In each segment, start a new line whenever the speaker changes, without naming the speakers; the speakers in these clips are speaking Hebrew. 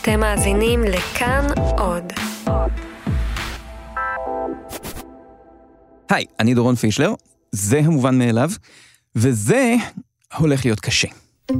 אתם מאזינים לכאן עוד.
היי, אני דורון פישלר, זה המובן מאליו, וזה הולך להיות קשה.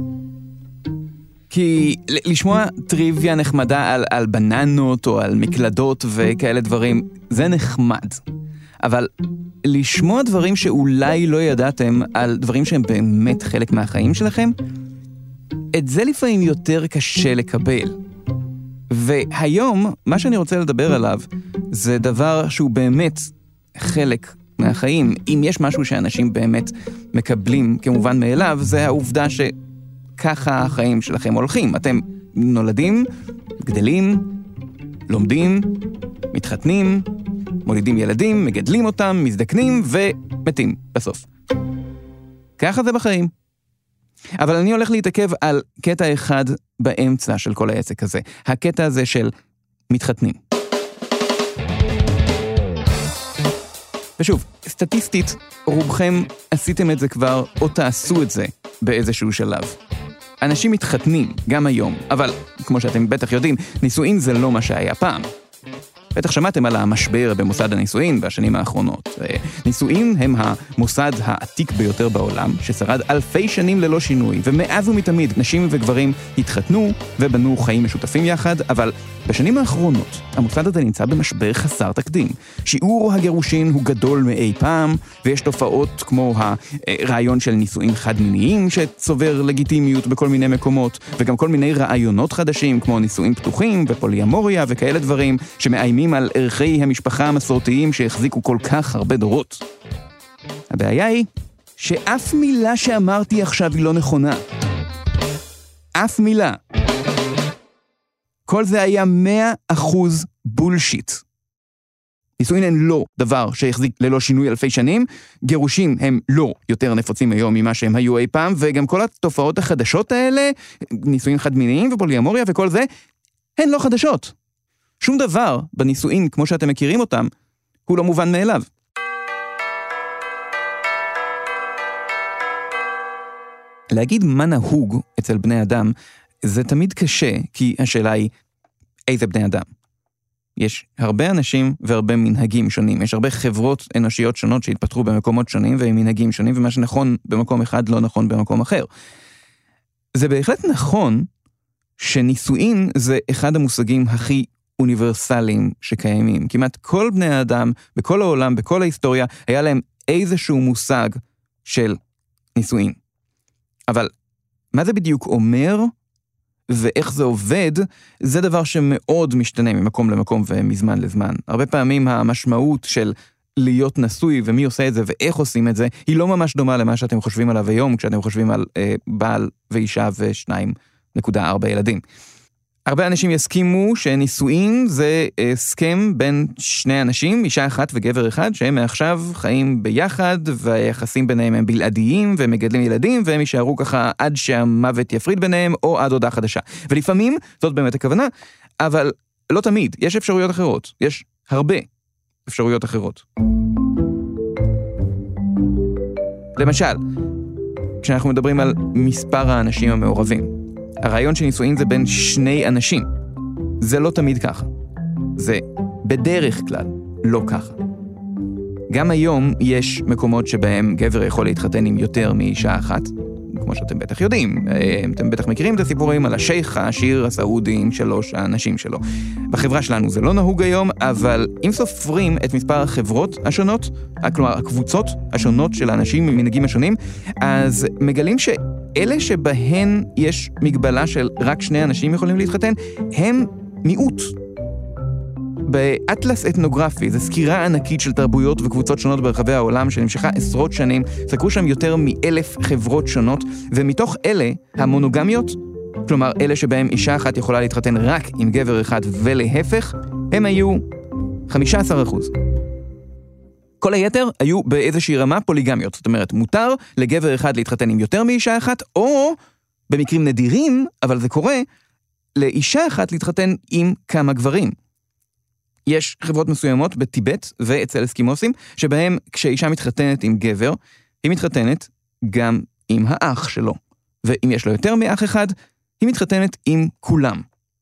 כי לשמוע טריוויה נחמדה על בננות או על מקלדות וכאלה דברים, זה נחמד. אבל לשמוע דברים שאולי לא ידעתם על דברים שהם באמת חלק מהחיים שלכם, את זה לפעמים יותר קשה לקבל. והיום, מה שאני רוצה לדבר עליו, זה דבר שהוא באמת חלק מהחיים. אם יש משהו שאנשים באמת מקבלים כמובן מאליו, זה העובדה שככה החיים שלכם הולכים. אתם נולדים, גדלים, לומדים, מתחתנים, מולידים ילדים, מגדלים אותם, מזדקנים ומתים בסוף. ככה זה בחיים. אבל אני הולך להתעכב על קטע אחד באמצע של כל העסק הזה. הקטע הזה של מתחתנים. ושוב, סטטיסטית, רובכם עשיתם את זה כבר, או תעשו את זה באיזשהו שלב. אנשים מתחתנים, גם היום, אבל כמו שאתם בטח יודעים, נישואין זה לא מה שהיה פעם. בטח שמעתם על המשבר במוסד הנישואין בשנים האחרונות. נישואין הם המוסד העתיק ביותר בעולם, ששרד אלפי שנים ללא שינוי, ומאז ומתמיד נשים וגברים התחתנו ובנו חיים משותפים יחד, אבל בשנים האחרונות המוסד הזה נמצא במשבר חסר תקדים. שיעור הגירושין הוא גדול מאי פעם, ויש תופעות כמו הרעיון של נישואין חד-מיניים שצובר לגיטימיות בכל מיני מקומות, וגם כל מיני רעיונות חדשים כמו נישואין פתוחים ופוליאמוריה וכאלה דברים שמאיימים על ערכי המשפחה המסורתיים שהחזיקו כל כך הרבה דורות. הבעיה היא שאף מילה שאמרתי עכשיו היא לא נכונה. אף מילה. כל זה היה 100% בולשיט. נישואין הן לא דבר שהחזיק ללא שינוי אלפי שנים, גירושים הם לא יותר נפוצים היום ממה שהם היו אי פעם, וגם כל התופעות החדשות האלה, נישואין חד-מיניים ופוליאמוריה וכל זה, הן לא חדשות. שום דבר בנישואין, כמו שאתם מכירים אותם, הוא לא מובן מאליו. להגיד מה נהוג אצל בני אדם, זה תמיד קשה, כי השאלה היא, איזה בני אדם? יש הרבה אנשים והרבה מנהגים שונים, יש הרבה חברות אנושיות שונות שהתפתחו במקומות שונים ועם מנהגים שונים, ומה שנכון במקום אחד לא נכון במקום אחר. זה בהחלט נכון שנישואין זה אחד המושגים הכי אוניברסליים שקיימים. כמעט כל בני האדם, בכל העולם, בכל ההיסטוריה, היה להם איזשהו מושג של נישואין. אבל מה זה בדיוק אומר, ואיך זה עובד, זה דבר שמאוד משתנה ממקום למקום ומזמן לזמן. הרבה פעמים המשמעות של להיות נשוי ומי עושה את זה ואיך עושים את זה, היא לא ממש דומה למה שאתם חושבים עליו היום, כשאתם חושבים על בעל ואישה ו2.4 ילדים. הרבה אנשים יסכימו שנישואין זה הסכם בין שני אנשים, אישה אחת וגבר אחד, שהם מעכשיו חיים ביחד, והיחסים ביניהם הם בלעדיים, והם מגדלים ילדים, והם יישארו ככה עד שהמוות יפריד ביניהם, או עד הודעה חדשה. ולפעמים, זאת באמת הכוונה, אבל לא תמיד, יש אפשרויות אחרות, יש הרבה אפשרויות אחרות. למשל, כשאנחנו מדברים על מספר האנשים המעורבים, הרעיון של נישואין זה בין שני אנשים. זה לא תמיד ככה. זה בדרך כלל לא ככה. גם היום יש מקומות שבהם גבר יכול להתחתן עם יותר מאישה אחת, כמו שאתם בטח יודעים. אתם בטח מכירים את הסיפורים על השייך העשיר הסעודי עם 3 האנשים שלו. בחברה שלנו זה לא נהוג היום, אבל אם סופרים את מספר החברות השונות, כלומר הקבוצות השונות של האנשים ממנהגים השונים, אז מגלים אלה שבהן יש מגבלה של רק 2 אנשים יכולים להתחתן, הם מיעוט. באטלס אתנוגרפי, זו סקירה ענקית של תרבויות וקבוצות שונות ברחבי העולם, שנמשכה עשרות שנים, סקרו שם יותר מ1,000 חברות שונות, ומתוך אלה, המונוגמיות, כלומר אלה שבהם אישה אחת יכולה להתחתן רק עם גבר אחד ולהפך, הם היו 15%. כל היתר היו באיזושהי רמה פוליגמיות. זאת אומרת, מותר לגבר אחד להתחתן עם יותר מאישה אחת, או במקרים נדירים, אבל זה קורה, לאישה אחת להתחתן עם כמה גברים. יש חברות מסוימות בטיבט ואצל אסקימוסים, שבהם כשאישה מתחתנת עם גבר, היא מתחתנת גם עם האח שלו. ואם יש לו יותר מאח אחד, היא מתחתנת עם כולם.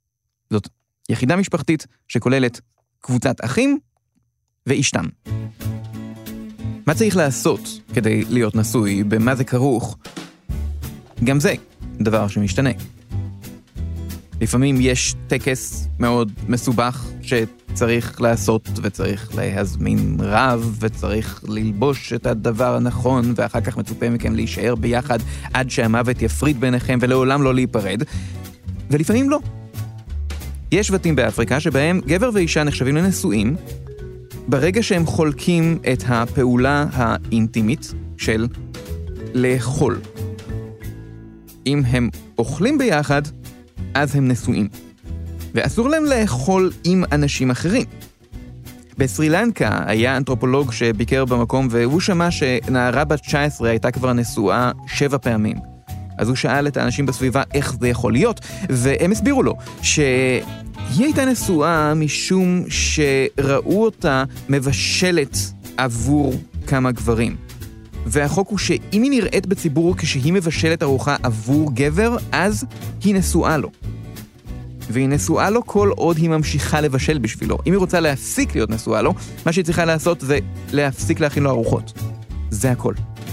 זאת יחידה משפחתית שכוללת קבוצת אחים ואשתם. מה צריך לעשות כדי להיות נשוי? במה זה כרוך? גם זה דבר שמשתנה. לפעמים יש טקס מאוד מסובך שצריך לעשות, וצריך להזמין רב, וצריך ללבוש את הדבר הנכון, ואחר כך מצופה מכם להישאר ביחד עד שהמוות יפריד ביניכם ולעולם לא להיפרד. ולפעמים לא. יש שבטים באפריקה שבהם גבר ואישה נחשבים לנשואים, ברגע שהם חולקים את הפעולה האינטימית של לאכול. אם הם אוכלים ביחד, אז הם נשואים. ואסור להם לאכול עם אנשים אחרים. בסרילנקה היה אנתרופולוג שביקר במקום, והוא שמע שנערה בת 19 הייתה כבר נשואה 7 פעמים. אז הוא שאל את האנשים בסביבה איך זה יכול להיות, והם הסבירו לו שהיא הייתה נשואה משום שראו אותה מבשלת עבור כמה גברים. והחוק הוא שאם היא נראית בציבור כשהיא מבשלת ארוחה עבור גבר, אז היא נשואה לו. והיא נשואה לו כל עוד היא ממשיכה לבשל בשבילו. אם היא רוצה להפסיק להיות נשואה לו, מה שהיא צריכה לעשות זה להפסיק להכין לו ארוחות. זה הכל.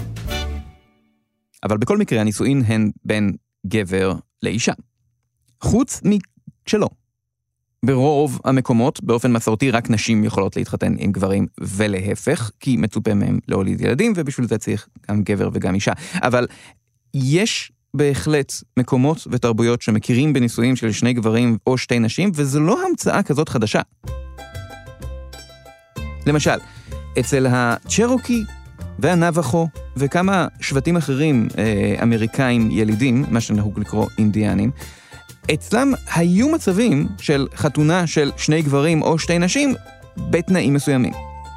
אבל בכל מקרה הנישואין הן בין גבר לאישה. חוץ משלו. ברוב המקומות, באופן מסורתי, רק נשים יכולות להתחתן עם גברים ולהפך, כי מצופה מהם להוליד ילדים, ובשביל זה צריך גם גבר וגם אישה. אבל יש בהחלט מקומות ותרבויות שמכירים בנישואים של 2 גברים או 2 נשים, וזו לא המצאה כזאת חדשה. למשל, אצל הצ'רוקי והנבחו וכמה שבטים אחרים אמריקאים ילידים, מה שנהוג לקרוא אינדיאנים, אצלם היו מצבים של חתונה של 2 גברים או 2 נשים בתנאים מסוימים.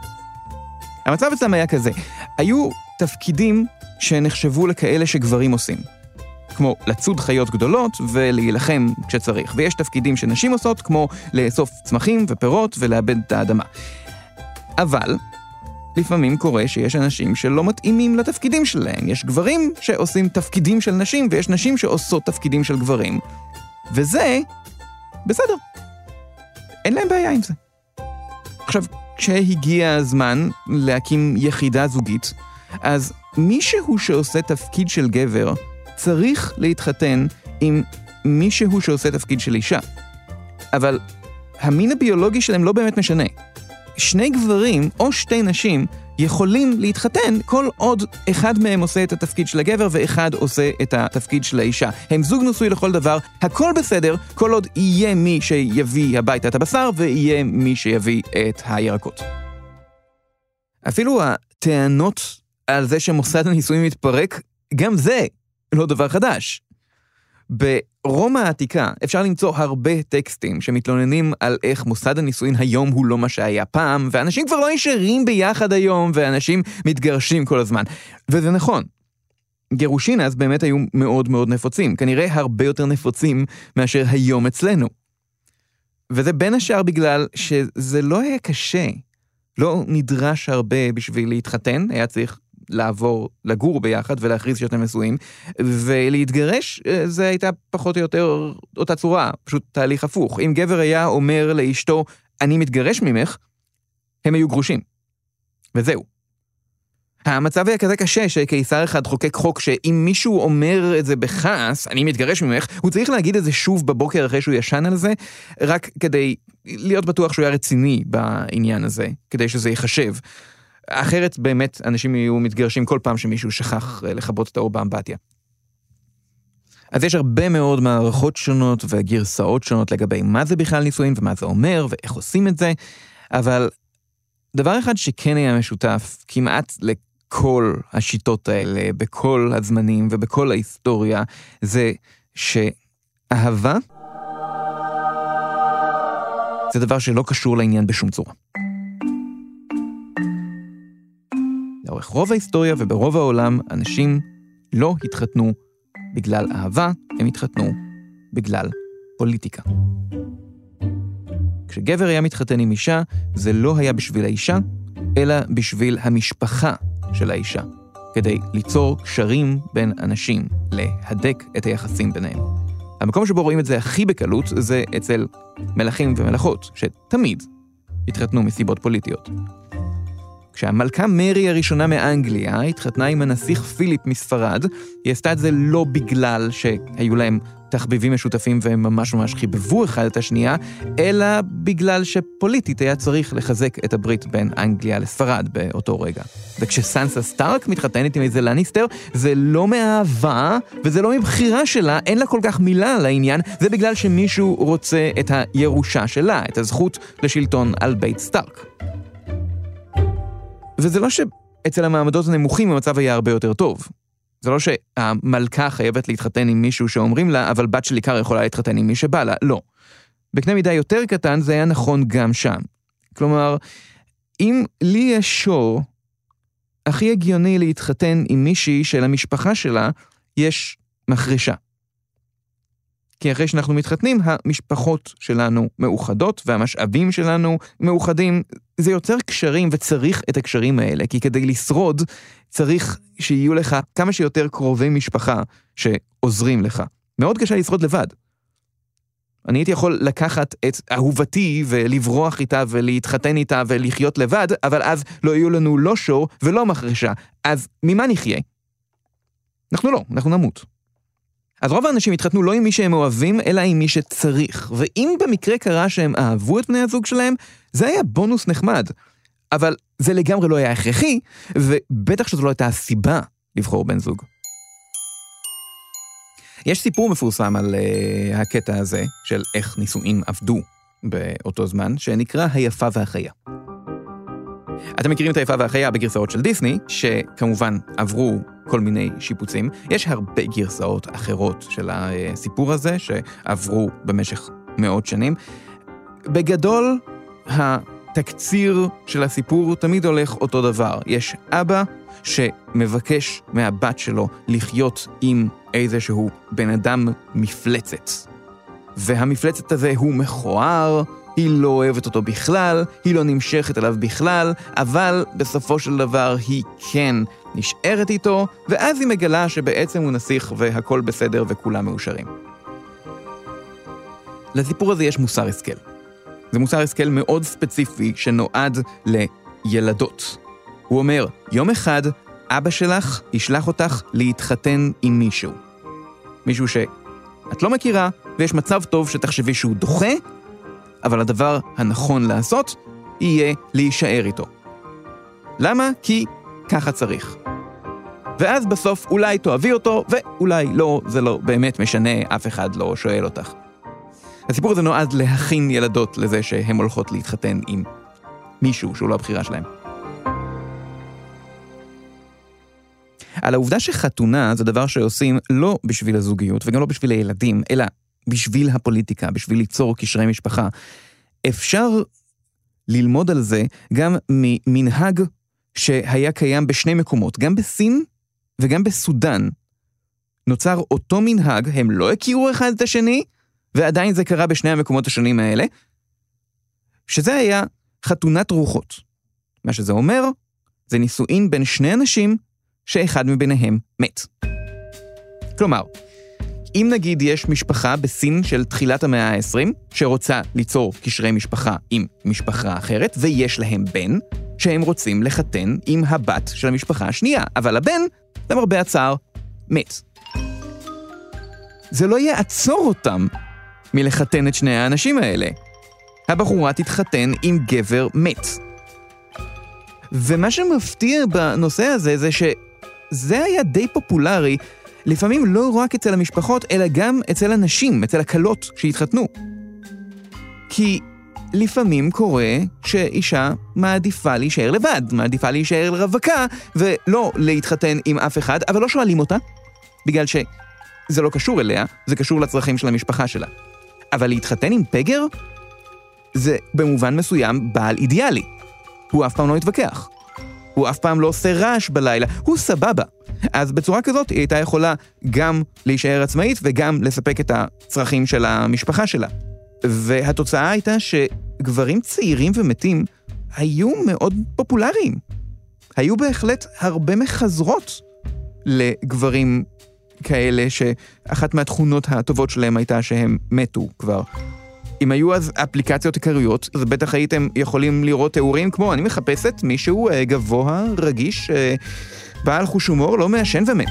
המצב אצלם היה כזה, היו תפקידים שנחשבו לכאלה שגברים עושים, כמו לצוד חיות גדולות ולהילחם כשצריך, ויש תפקידים שנשים עושות, כמו לאסוף צמחים ופירות ולאבד את האדמה. אבל לפעמים קורה שיש אנשים שלא מתאימים לתפקידים שלהם. יש גברים שעושים תפקידים של נשים, ויש נשים שעושות תפקידים של גברים. וזה בסדר. אין להם בעיה עם זה. עכשיו, כשהגיע הזמן להקים יחידה זוגית, אז מישהו שעושה תפקיד של גבר צריך להתחתן עם מישהו שעושה תפקיד של אישה. אבל המין הביולוגי שלהם לא באמת משנה. 2 גברים או 2 נשים יכולים להתחתן כל עוד אחד מהם עושה את התפקיד של הגבר ואחד עושה את התפקיד של האישה. הם זוג נשוי לכל דבר, הכל בסדר, כל עוד יהיה מי שיביא הביתה את הבשר ויהיה מי שיביא את הירקות. אפילו הטענות על זה שמוסד הנישואים מתפרק, גם זה לא דבר חדש. ברומא העתיקה אפשר למצוא הרבה טקסטים שמתלוננים על איך מוסד הנישואין היום הוא לא מה שהיה פעם, ואנשים כבר לא נשארים ביחד היום, ואנשים מתגרשים כל הזמן. וזה נכון. גירושין אז באמת היו מאוד מאוד נפוצים, כנראה הרבה יותר נפוצים מאשר היום אצלנו. וזה בין השאר בגלל שזה לא היה קשה, לא נדרש הרבה בשביל להתחתן, היה צריך לעבור, לגור ביחד ולהכריז שאתם נשואים, ולהתגרש זה הייתה פחות או יותר אותה צורה, פשוט תהליך הפוך. אם גבר היה אומר לאשתו, אני מתגרש ממך, הם היו גרושים. וזהו. המצב היה כזה קשה שקיסר אחד חוקק חוק שאם מישהו אומר את זה בכעס, אני מתגרש ממך, הוא צריך להגיד את זה שוב בבוקר אחרי שהוא ישן על זה, רק כדי להיות בטוח שהוא היה רציני בעניין הזה, כדי שזה ייחשב. אחרת באמת אנשים יהיו מתגרשים כל פעם שמישהו שכח לחבות את האור באמבטיה. אז יש הרבה מאוד מערכות שונות וגרסאות שונות לגבי מה זה בכלל נישואין ומה זה אומר ואיך עושים את זה, אבל דבר אחד שכן היה משותף כמעט לכל השיטות האלה, בכל הזמנים ובכל ההיסטוריה, זה שאהבה זה דבר שלא קשור לעניין בשום צורה. לאורך רוב ההיסטוריה וברוב העולם, אנשים לא התחתנו בגלל אהבה, הם התחתנו בגלל פוליטיקה. כשגבר היה מתחתן עם אישה, זה לא היה בשביל האישה, אלא בשביל המשפחה של האישה, כדי ליצור קשרים בין אנשים, להדק את היחסים ביניהם. המקום שבו רואים את זה הכי בקלות זה אצל מלכים ומלכות, שתמיד התחתנו מסיבות פוליטיות. כשהמלכה מרי הראשונה מאנגליה התחתנה עם הנסיך פיליפ מספרד, היא עשתה את זה לא בגלל שהיו להם תחביבים משותפים והם ממש ממש חיבבו אחד את השנייה, אלא בגלל שפוליטית היה צריך לחזק את הברית בין אנגליה לספרד באותו רגע. וכשסנסה סטארק מתחתנת עם איזה לניסטר, זה לא מאהבה וזה לא מבחירה שלה, אין לה כל כך מילה על העניין, זה בגלל שמישהו רוצה את הירושה שלה, את הזכות לשלטון על בית סטארק. וזה לא שאצל המעמדות הנמוכים המצב היה הרבה יותר טוב. זה לא שהמלכה חייבת להתחתן עם מישהו שאומרים לה, אבל בת של עיקר יכולה להתחתן עם מי שבא לה. לא. בקנה מידה יותר קטן זה היה נכון גם שם. כלומר, אם לי יש שור, הכי הגיוני להתחתן עם מישהי שלמשפחה שלה יש מחרשה. כי אחרי שאנחנו מתחתנים, המשפחות שלנו מאוחדות, והמשאבים שלנו מאוחדים. זה יוצר קשרים, וצריך את הקשרים האלה, כי כדי לשרוד, צריך שיהיו לך כמה שיותר קרובי משפחה שעוזרים לך. מאוד קשה לשרוד לבד. אני הייתי יכול לקחת את אהובתי ולברוח איתה ולהתחתן איתה ולחיות לבד, אבל אז לא יהיו לנו לא שור ולא מחרשה. אז ממה נחיה? אנחנו לא, אנחנו נמות. אז רוב האנשים התחתנו לא עם מי שהם אוהבים, אלא עם מי שצריך. ואם במקרה קרה שהם אהבו את בני הזוג שלהם, זה היה בונוס נחמד. אבל זה לגמרי לא היה הכרחי, ובטח שזו לא הייתה הסיבה לבחור בן זוג. יש סיפור מפורסם על הקטע הזה, של איך נישואים עבדו באותו זמן, שנקרא היפה והחיה. אתם מכירים את היפה והחיה בגרסאות של דיסני, שכמובן עברו כל מיני שיפוצים. יש הרבה גרסאות אחרות של הסיפור הזה, שעברו במשך מאות שנים. בגדול, התקציר של הסיפור תמיד הולך אותו דבר. יש אבא שמבקש מהבת שלו לחיות עם איזשהו בן אדם מפלצת. והמפלצת הזה הוא מכוער, היא לא אוהבת אותו בכלל, היא לא נמשכת אליו בכלל, אבל בסופו של דבר היא כן נשארת איתו, ואז היא מגלה שבעצם הוא נסיך והכל בסדר וכולם מאושרים. לסיפור הזה יש מוסר השכל. זה מוסר השכל מאוד ספציפי שנועד לילדות. הוא אומר, יום אחד אבא שלך ישלח אותך להתחתן עם מישהו. מישהו שאת לא מכירה, ויש מצב טוב שתחשבי שהוא דוחה, אבל הדבר הנכון לעשות יהיה להישאר איתו. למה? כי ככה צריך. ואז בסוף אולי תאהבי אותו, ואולי לא, זה לא באמת משנה, אף אחד לא שואל אותך. הסיפור הזה נועד להכין ילדות לזה שהן הולכות להתחתן עם מישהו שהוא לא הבחירה שלהם. על העובדה שחתונה זה דבר שעושים לא בשביל הזוגיות וגם לא בשביל הילדים, אלא בשביל הפוליטיקה, בשביל ליצור קשרי משפחה. אפשר ללמוד על זה גם ממנהג שהיה קיים בשני מקומות, גם בסין וגם בסודן. נוצר אותו מנהג, הם לא הכירו אחד את השני, ועדיין זה קרה בשני המקומות השונים האלה, שזה היה חתונת רוחות. מה שזה אומר, זה נישואין בין שני אנשים שאחד מביניהם מת. כלומר, אם נגיד יש משפחה בסין של תחילת המאה ה-20, שרוצה ליצור קשרי משפחה עם משפחה אחרת, ויש להם בן, שהם רוצים לחתן עם הבת של המשפחה השנייה, אבל הבן, למרבה הצער, מת. זה לא יעצור אותם מלחתן את שני האנשים האלה. הבחורה תתחתן עם גבר מת. ומה שמפתיע בנושא הזה זה שזה היה די פופולרי, לפעמים לא רק אצל המשפחות, אלא גם אצל הנשים, אצל הקלות שהתחתנו. כי לפעמים קורה שאישה מעדיפה להישאר לבד, מעדיפה להישאר לרווקה, ולא להתחתן עם אף אחד, אבל לא שואלים אותה, בגלל שזה לא קשור אליה, זה קשור לצרכים של המשפחה שלה. אבל להתחתן עם פגר, זה במובן מסוים בעל אידיאלי. הוא אף פעם לא התווכח. הוא אף פעם לא עושה רעש בלילה, הוא סבבה. אז בצורה כזאת היא הייתה יכולה גם להישאר עצמאית וגם לספק את הצרכים של המשפחה שלה. והתוצאה הייתה שגברים צעירים ומתים היו מאוד פופולריים. היו בהחלט הרבה מחזרות לגברים כאלה שאחת מהתכונות הטובות שלהם הייתה שהם מתו כבר. אם היו אז אפליקציות עיקריות, אז בטח הייתם יכולים לראות תיאורים כמו אני מחפשת מישהו גבוה, רגיש, בעל חוש הומור, לא מעשן ומת.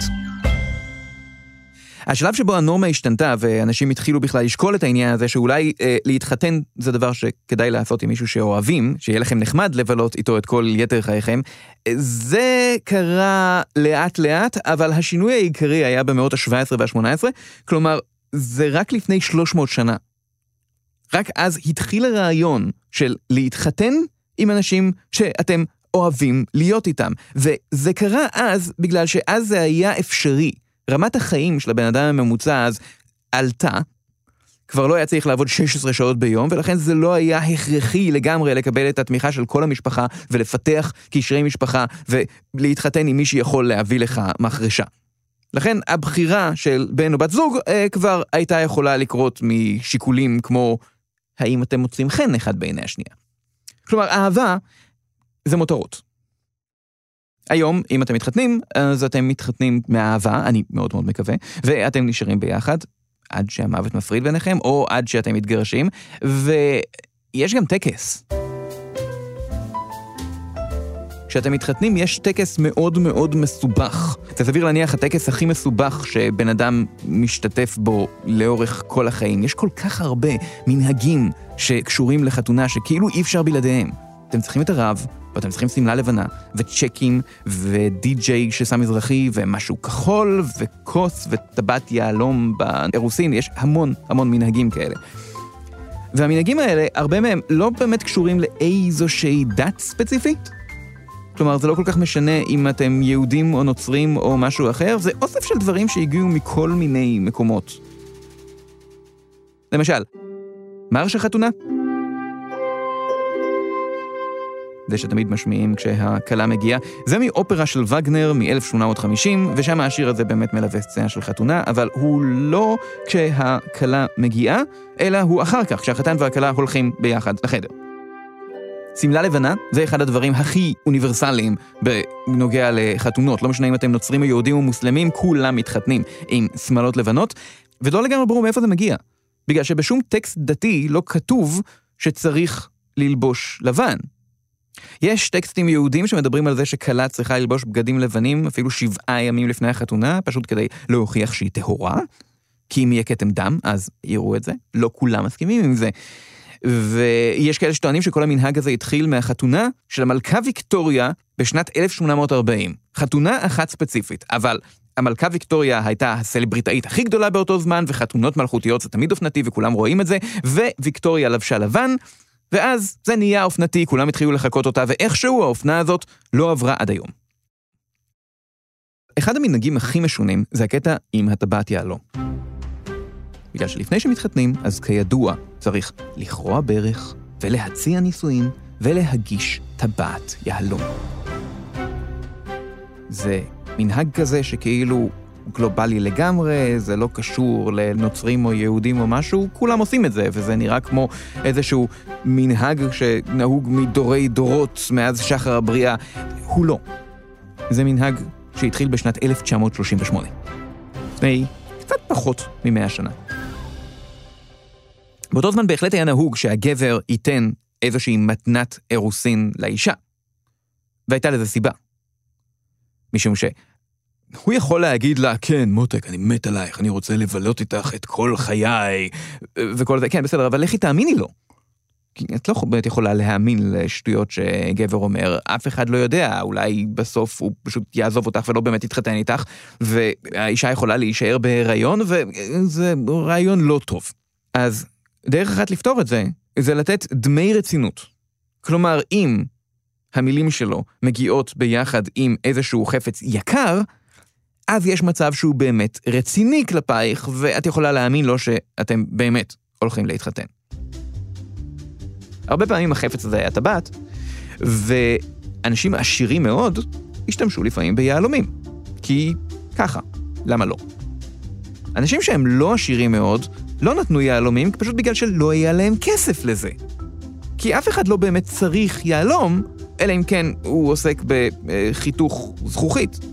השלב שבו הנורמה השתנתה ואנשים התחילו בכלל לשקול את העניין הזה שאולי להתחתן זה דבר שכדאי לעשות עם מישהו שאוהבים, שיהיה לכם נחמד לבלות איתו את כל יתר חייכם, זה קרה לאט לאט, אבל השינוי העיקרי היה במאות ה-17 וה-18, כלומר זה רק לפני 300 שנה. רק אז התחיל הרעיון של להתחתן עם אנשים שאתם אוהבים להיות איתם, וזה קרה אז בגלל שאז זה היה אפשרי. רמת החיים של הבן אדם הממוצע אז עלתה, כבר לא היה צריך לעבוד 16 שעות ביום, ולכן זה לא היה הכרחי לגמרי לקבל את התמיכה של כל המשפחה, ולפתח קשרי משפחה, ולהתחתן עם מי שיכול להביא לך מחרשה. לכן הבחירה של בן או בת זוג כבר הייתה יכולה לקרות משיקולים כמו האם אתם מוצאים חן אחד בעיני השנייה. כלומר, אהבה זה מותרות. היום, אם אתם מתחתנים, אז אתם מתחתנים מהאהבה, אני מאוד מאוד מקווה, ואתם נשארים ביחד עד שהמוות מפריד ביניכם, או עד שאתם מתגרשים, ויש גם טקס. כשאתם מתחתנים יש טקס מאוד מאוד מסובך. זה סביר להניח הטקס הכי מסובך שבן אדם משתתף בו לאורך כל החיים. יש כל כך הרבה מנהגים שקשורים לחתונה שכאילו אי אפשר בלעדיהם. אתם צריכים את הרב, ואתם צריכים סמלה לבנה, וצ'קים, ודי-ג'יי ששם מזרחי, ומשהו כחול, וכוס, וטבעת יעלום באירוסין. יש המון המון מנהגים כאלה. והמנהגים האלה, הרבה מהם לא באמת קשורים לאיזושהי דת ספציפית. כלומר, זה לא כל כך משנה אם אתם יהודים או נוצרים או משהו אחר, זה אוסף של דברים שהגיעו מכל מיני מקומות. למשל, מרש החתונה? זה שתמיד משמיעים כשהכלה מגיעה. זה מאופרה של וגנר מ-1850, ושם השיר הזה באמת מלווה סצנה של חתונה, אבל הוא לא כשהכלה מגיעה, אלא הוא אחר כך, כשהחתן והכלה הולכים ביחד לחדר. סמלה לבנה זה אחד הדברים הכי אוניברסליים בנוגע לחתונות. לא משנה אם אתם נוצרים או יהודים או מוסלמים, כולם מתחתנים עם סמלות לבנות, ולא לגמרי ברור מאיפה זה מגיע. בגלל שבשום טקסט דתי לא כתוב שצריך ללבוש לבן. יש טקסטים יהודים שמדברים על זה שכלה צריכה ללבוש בגדים לבנים אפילו 7 ימים לפני החתונה, פשוט כדי להוכיח שהיא טהורה, כי אם יהיה כתם דם, אז יראו את זה. לא כולם מסכימים עם זה. ויש כאלה שטוענים שכל המנהג הזה התחיל מהחתונה של המלכה ויקטוריה בשנת 1840. חתונה אחת ספציפית, אבל המלכה ויקטוריה הייתה הסלבריטאית הכי גדולה באותו זמן, וחתונות מלכותיות זה תמיד אופנתי וכולם רואים את זה, וויקטוריה לבשה לבן, ואז זה נהיה אופנתי, כולם התחילו לחכות אותה, ואיכשהו האופנה הזאת לא עברה עד היום. אחד המנהגים הכי משונים זה הקטע עם הטבעת יעלום. בגלל שלפני שמתחתנים, אז כידוע צריך לכרוע ברך ולהציע נישואין ולהגיש טבעת יהלום. זה מנהג כזה שכאילו גלובלי לגמרי, זה לא קשור לנוצרים או יהודים או משהו, כולם עושים את זה, וזה נראה כמו איזשהו מנהג שנהוג מדורי דורות מאז שחר הבריאה. הוא לא. זה מנהג שהתחיל בשנת 1938. לפני קצת פחות מ100 שנה. באותו זמן בהחלט היה נהוג שהגבר ייתן איזושהי מתנת אירוסין לאישה. והייתה לזה סיבה. משום שהוא יכול להגיד לה, כן, מותק, אני מת עלייך, אני רוצה לבלות איתך את כל חיי, וכל זה, כן, בסדר, אבל לכי תאמיני לו. כי את לא באמת יכולה להאמין לשטויות שגבר אומר, אף אחד לא יודע, אולי בסוף הוא פשוט יעזוב אותך ולא באמת יתחתן איתך, והאישה יכולה להישאר בהיריון, וזה רעיון לא טוב. אז דרך אחת לפתור את זה, זה לתת דמי רצינות. כלומר, אם המילים שלו מגיעות ביחד עם איזשהו חפץ יקר, אז יש מצב שהוא באמת רציני כלפייך, ואת יכולה להאמין לו שאתם באמת הולכים להתחתן. הרבה פעמים החפץ הזה היה טבעת, ואנשים עשירים מאוד השתמשו לפעמים ביהלומים. כי ככה, למה לא? אנשים שהם לא עשירים מאוד, לא נתנו יהלומים, פשוט בגלל שלא היה להם כסף לזה. כי אף אחד לא באמת צריך יהלום, אלא אם כן הוא עוסק בחיתוך זכוכית.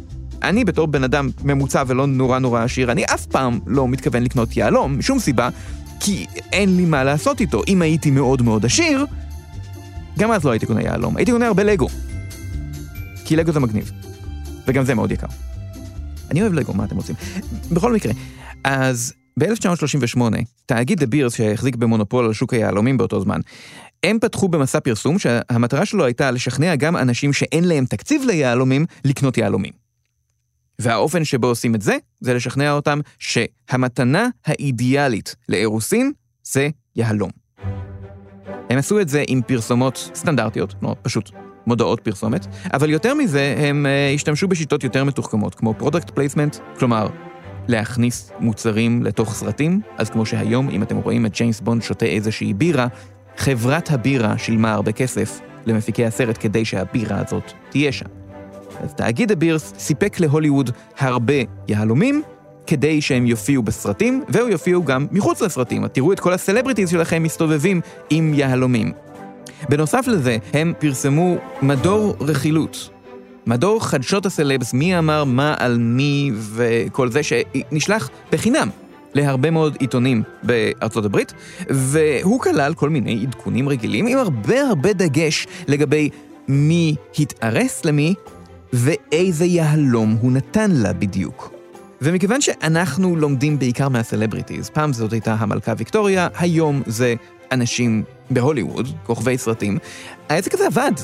אני בתור בן אדם ממוצע ולא נורא עשיר, אני אף פעם לא מתכוון לקנות יהלום, משום סיבה, כי אין לי מה לעשות איתו. אם הייתי מאוד עשיר, גם אז לא הייתי קונה יהלום, הייתי קונה הרבה לגו. כי לגו זה מגניב. וגם זה מאוד יקר. אני אוהב לגו, מה אתם רוצים? בכל מקרה, אז ב-1938, תאגיד דה בירס שהחזיק במונופול על שוק היהלומים באותו זמן, הם פתחו במסע פרסום שהמטרה שלו הייתה לשכנע גם אנשים שאין להם תקציב ליהלומים לקנות יהלומים. והאופן שבו עושים את זה, זה לשכנע אותם שהמתנה האידיאלית לאירוסין זה יהלום. הם עשו את זה עם פרסומות סטנדרטיות, פשוט מודעות פרסומת, אבל יותר מזה הם השתמשו בשיטות יותר מתוחכמות, כמו פרודקט פלייסמנט, כלומר, להכניס מוצרים לתוך סרטים, אז כמו שהיום, אם אתם רואים את ג'יימס בונד שותה איזושהי בירה, חברת הבירה שילמה הרבה כסף למפיקי הסרט כדי שהבירה הזאת תהיה שם. אז תאגיד דה בירס סיפק להוליווד הרבה יהלומים, כדי שהם יופיעו בסרטים, והוא יופיעו גם מחוץ לסרטים. תראו את כל הסלבריטיז שלכם מסתובבים עם יהלומים. בנוסף לזה, הם פרסמו מדור רכילות. מדור חדשות הסלבס, מי אמר מה על מי וכל זה שנשלח בחינם להרבה מאוד עיתונים בארצות הברית, והוא כלל כל מיני עדכונים רגילים עם הרבה דגש לגבי מי התארס למי ואיזה יהלום הוא נתן לה בדיוק. ומכיוון שאנחנו לומדים בעיקר מהסלבריטיז, פעם זאת הייתה המלכה ויקטוריה, היום זה אנשים בהוליווד, כוכבי סרטים, העסק הזה עבד.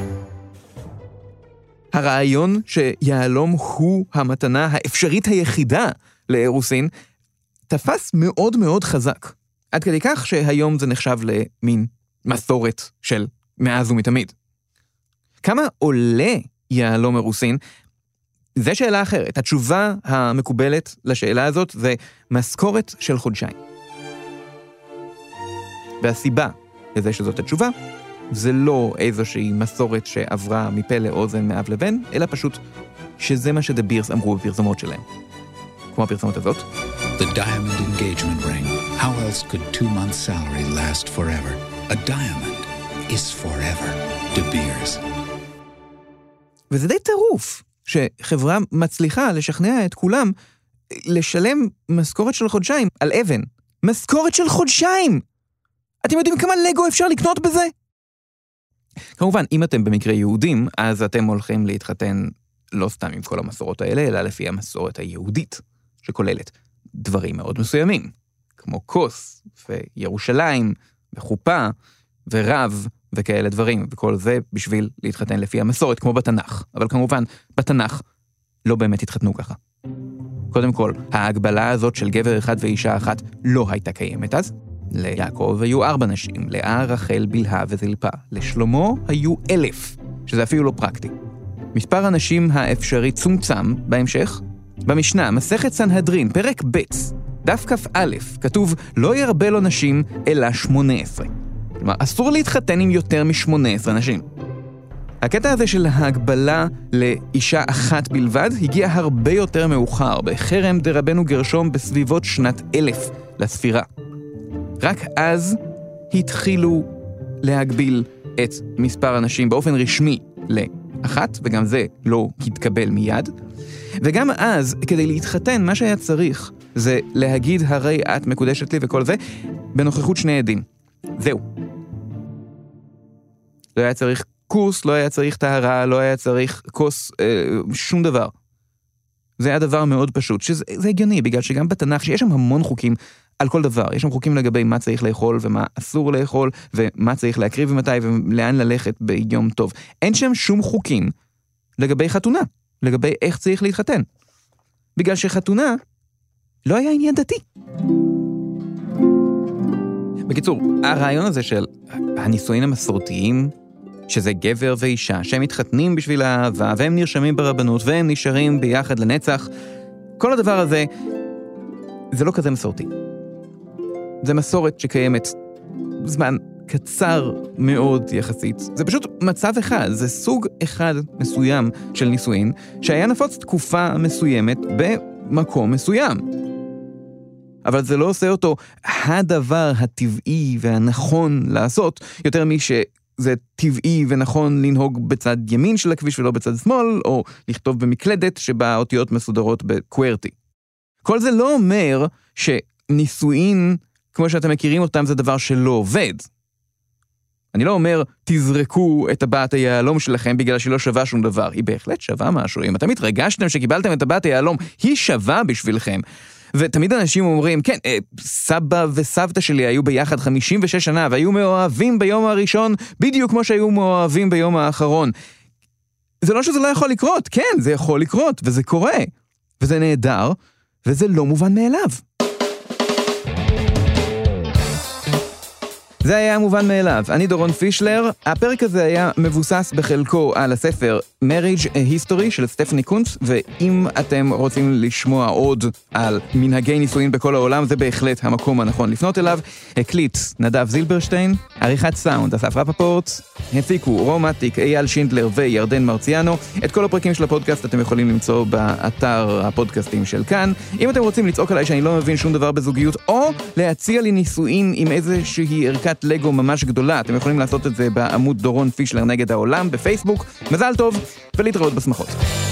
הרעיון שיהלום הוא המתנה האפשרית היחידה לאירוסין, תפס מאוד חזק. עד כדי כך שהיום זה נחשב למין מסורת של מאז ומתמיד. כמה עולה יהלום אירוסין? זה שאלה אחרת. התשובה המקובלת לשאלה הזאת זה משכורת של חודשיים. והסיבה לזה שזאת התשובה, זה לא איזושהי מסורת שעברה מפה לאוזן מאב לבן, אלא פשוט שזה מה שדה בירס אמרו בפרסומות שלהם. כמו הפרסומות הזאת.
The diamond engagement ring. How else could 2 months' salary last forever? A diamond is forever. De Beers.
וזה די טירוף, שחברה מצליחה לשכנע את כולם לשלם משכורת של חודשיים על אבן. משכורת של חודשיים! אתם יודעים כמה לגו אפשר לקנות בזה? כמובן, אם אתם במקרה יהודים, אז אתם הולכים להתחתן לא סתם עם כל המסורות האלה, אלא לפי המסורת היהודית, שכוללת דברים מאוד מסוימים, כמו כוס וירושלים וחופה ורב וכאלה דברים, וכל זה בשביל להתחתן לפי המסורת, כמו בתנ"ך. אבל כמובן, בתנ"ך לא באמת התחתנו ככה. קודם כל, ההגבלה הזאת של גבר אחד ואישה אחת לא הייתה קיימת אז. ליעקב היו 4 נשים, לאה, רחל, בלהה וזלפה. לשלמה היו 1,000, שזה אפילו לא פרקטי. מספר הנשים האפשרי צומצם בהמשך. במשנה, מסכת סנהדרין, פרק ב', דף כ"א, כתוב לא ירבה לו נשים אלא 18. כלומר, אסור להתחתן עם יותר מ-18 נשים. הקטע הזה של ההגבלה לאישה אחת בלבד הגיע הרבה יותר מאוחר, בחרם דרבנו גרשום בסביבות שנת 1000 לספירה. רק אז התחילו להגביל את מספר הנשים באופן רשמי לאחת, וגם זה לא התקבל מיד. וגם אז, כדי להתחתן, מה שהיה צריך זה להגיד הרי את מקודשת לי וכל זה, בנוכחות 2 עדים. זהו. לא היה צריך קורס, לא היה צריך טהרה, לא היה צריך כוס, שום דבר. זה היה דבר מאוד פשוט, שזה הגיוני, בגלל שגם בתנ"ך, שיש שם המון חוקים על כל דבר. יש שם חוקים לגבי מה צריך לאכול ומה אסור לאכול, ומה צריך להקריב ומתי, ולאן ללכת ביום טוב. אין שם שום חוקים לגבי חתונה, לגבי איך צריך להתחתן. בגלל שחתונה לא היה עניין דתי. בקיצור, הרעיון הזה של הנישואין המסורתיים, שזה גבר ואישה, שהם מתחתנים בשביל האהבה, והם נרשמים ברבנות, והם נשארים ביחד לנצח, כל הדבר הזה, זה לא כזה מסורתי. זה מסורת שקיימת זמן קצר מאוד יחסית. זה פשוט מצב אחד, זה סוג אחד מסוים של נישואין, שהיה נפוץ תקופה מסוימת במקום מסוים. אבל זה לא עושה אותו הדבר הטבעי והנכון לעשות, יותר זה טבעי ונכון לנהוג בצד ימין של הכביש ולא בצד שמאל, או לכתוב במקלדת שבה האותיות מסודרות בקוורטי. כל זה לא אומר שנישואין, כמו שאתם מכירים אותם, זה דבר שלא עובד. אני לא אומר, תזרקו את טבעת היהלום שלכם בגלל שהיא לא שווה שום דבר. היא בהחלט שווה משהו. אם אתם התרגשתם שקיבלתם את טבעת היהלום, היא שווה בשבילכם. ותמיד אנשים אומרים, כן, סבא וסבתא שלי היו ביחד 56 שנה, והיו מאוהבים ביום הראשון, בדיוק כמו שהיו מאוהבים ביום האחרון. זה לא שזה לא יכול לקרות, כן, זה יכול לקרות, וזה קורה. וזה נהדר, וזה לא מובן מאליו. זה היה מובן מאליו. אני דורון פישלר. הפרק הזה היה מבוסס בחלקו על הספר Marriage History של סטפני קונץ, ואם אתם רוצים לשמוע עוד על מנהגי נישואין בכל העולם, זה בהחלט המקום הנכון לפנות אליו. הקליט נדב זילברשטיין, עריכת סאונד אסף רפפורט, הפיקו רומטיק, אייל שינדלר וירדן מרציאנו. את כל הפרקים של הפודקאסט אתם יכולים למצוא באתר הפודקאסטים של כאן. אם אתם רוצים לצעוק עליי שאני לא מבין שום דבר בזוגיות, או להציע לי נישואין עם איזושהי ערכת לגו ממש גדולה, אתם יכולים לעשות את זה בעמוד דורון פישלר נגד העולם בפייסבוק. מזל טוב ולהתראות בשמחות.